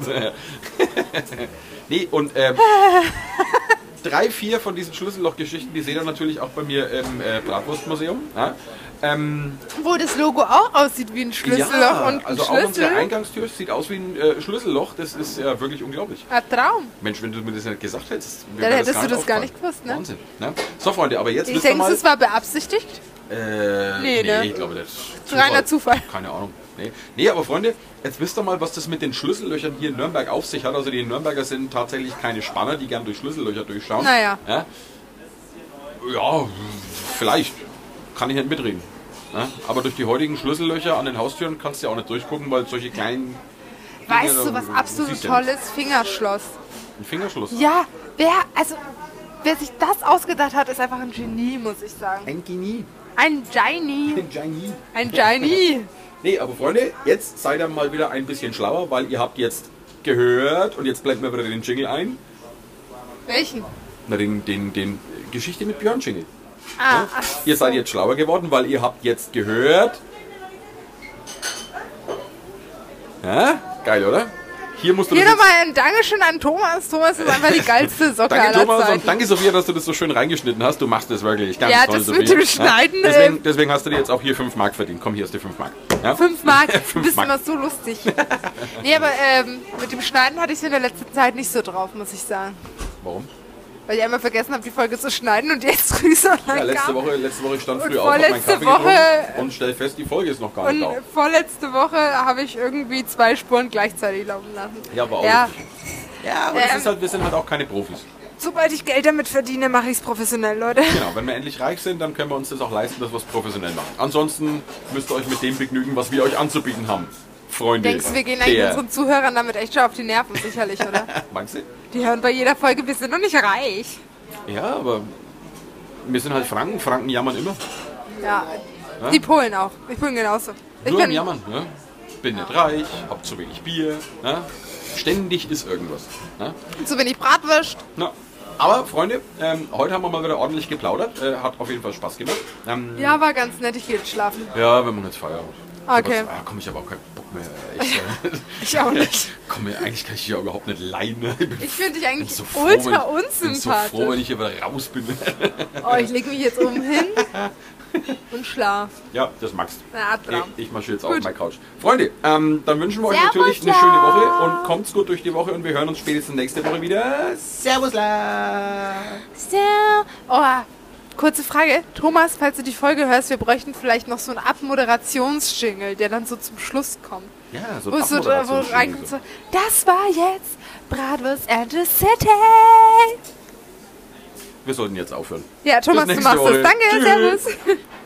Nee, und ähm, drei, vier von diesen Schlüssellochgeschichten, die seht ihr natürlich auch bei mir im äh, Bratwurstmuseum. Ja? Ähm,
Wo das Logo auch aussieht wie ein Schlüsselloch
ja,
und ein
also auch
Schlüssel.
unsere Eingangstür sieht aus wie ein äh, Schlüsselloch. Das ist ja wirklich unglaublich.
Ein Traum.
Mensch, wenn du mir das nicht gesagt hättest,
Dann
wäre
hättest
gar
du das gar
aufgefallen.
nicht gewusst, ne?
Wahnsinn. Ne? So, Freunde, aber jetzt
Ich
wisst ihr
denke,
mal...
es war beabsichtigt.
Äh,
Nee,
nee,
ne?
ich glaube nicht.
Reiner Zufall.
Keine Ahnung. Nee. nee, aber Freunde, jetzt wisst ihr mal, was das mit den Schlüssellöchern hier in Nürnberg auf sich hat. Also die Nürnberger sind tatsächlich keine Spanner, die gern durch Schlüssellöcher durchschauen.
Naja.
Ja, ja vielleicht. Kann ich nicht mitreden. Ja? Aber durch die heutigen Schlüssellöcher an den Haustüren kannst du ja auch nicht durchgucken, weil solche kleinen...
Weißt
Dinge,
du, was
da-
absolut
siehst du
toll
ja
ist? Fingerschloss.
nicht. Ein Fingerschluss.
Ja, wer, also, wer sich das ausgedacht hat, ist einfach ein Genie, muss ich sagen.
Ein Genie.
Ein Genie.
Ein Genie.
Ein Genie.
Nee, aber Freunde, jetzt seid ihr mal wieder ein bisschen schlauer, weil ihr habt jetzt gehört und jetzt blenden wir wieder den Jingle ein.
Welchen?
Na, den, den, den Geschichte mit Björn Jingle.
Ah, ach
Ihr seid
so.
jetzt schlauer geworden, weil ihr habt jetzt gehört. Ja? Geil, oder? Hier musst du
Hier
das jetzt-
nochmal ein Dankeschön an Thomas. Thomas ist einfach die geilste Socke
Danke
aller
Thomas
Zeiten.
und danke Sophia, dass du das so schön reingeschnitten hast. Du machst das wirklich ganz
Ja,
toll,
das
Sophia.
mit dem Schneiden,
Ja?
äh,
Deswegen, deswegen hast du dir jetzt auch hier fünf Mark verdient. Komm, hier ist die fünf Mark. Ja?
Fünf Mark, du
Fünf
bist
Mark.
immer so lustig. Nee, aber ähm, mit dem Schneiden hatte ich es in der letzten Zeit nicht so drauf, muss ich sagen.
Warum?
Weil ich einmal vergessen habe, die Folge zu schneiden und jetzt früh so lang
Ja, letzte
kam.
Woche, letzte Woche stand
Und
früh auf, hab meinen
vorletzte
Kaffee
Woche-
getrunken und stell fest, die Folge ist noch gar nicht
Und
da.
vorletzte Woche habe ich irgendwie zwei Spuren gleichzeitig laufen lassen.
Ja, war auch
Ja,
lustig. Ja, aber das
Ähm.
ist halt, wir sind halt auch keine Profis.
sobald ich Geld damit verdiene, mache ich es professionell, Leute.
Genau, wenn wir endlich reich sind, dann können wir uns das auch leisten, dass wir es professionell machen. Ansonsten müsst ihr euch mit dem begnügen, was wir euch anzubieten haben. Freunde.
Denkst du, wir gehen eigentlich
der-
unseren Zuhörern damit echt schon auf die Nerven, sicherlich, oder?
Meinst du?
Die hören bei jeder Folge, wir sind noch nicht reich.
Ja, aber wir sind halt Franken. Franken jammern immer.
Ja, die Polen auch. Ich bin genauso. Ich
Nur am
bin,
Jammern. Ne? Bin nicht reich, hab zu wenig Bier. Ne? Ständig ist irgendwas. Ne?
zu wenig Bratwurst.
Na, aber Freunde, ähm, heute haben wir mal wieder ordentlich geplaudert. Äh, hat auf jeden Fall Spaß gemacht. Ähm,
Ja, war ganz nett. Ich gehe jetzt schlafen.
ja, wenn man jetzt feiert.
Okay.
Aber, ah, komm, ich habe auch keinen Bock mehr. Ich, äh,
Ich auch nicht.
komm, eigentlich kann ich dich ja überhaupt nicht leiden. ne? Ich, bin,
Ich finde dich
bin
eigentlich
so froh,
ultra
wenn, ich bin so froh, wenn
unsympathisch.
ich hier wieder raus bin.
Oh, ich lege mich jetzt oben hin und schlaf.
Ja, das magst du.
Na, Traum.
Ich, ich marschiere jetzt auf
Gut.
meine Couch. Freunde, ähm, dann wünschen wir euch
Servus,
natürlich eine
la.
schöne Woche und kommt's gut durch die Woche und wir hören uns spätestens nächste Woche wieder. Servus la.
So. Oh, kurze Frage. Thomas, falls du die Folge hörst, wir bräuchten vielleicht noch so einen Abmoderationsjingle, der dann so zum Schluss kommt.
Ja, so
Wo
ein
es so, wo
Abmoderationsjingle
reinkommt
so.
so, das war jetzt Bratwurst and the City.
Wir sollten jetzt aufhören.
Ja, Thomas,
Bis
du
nächste
machst das.
Woche.
Danke,
Tschüss.
servus.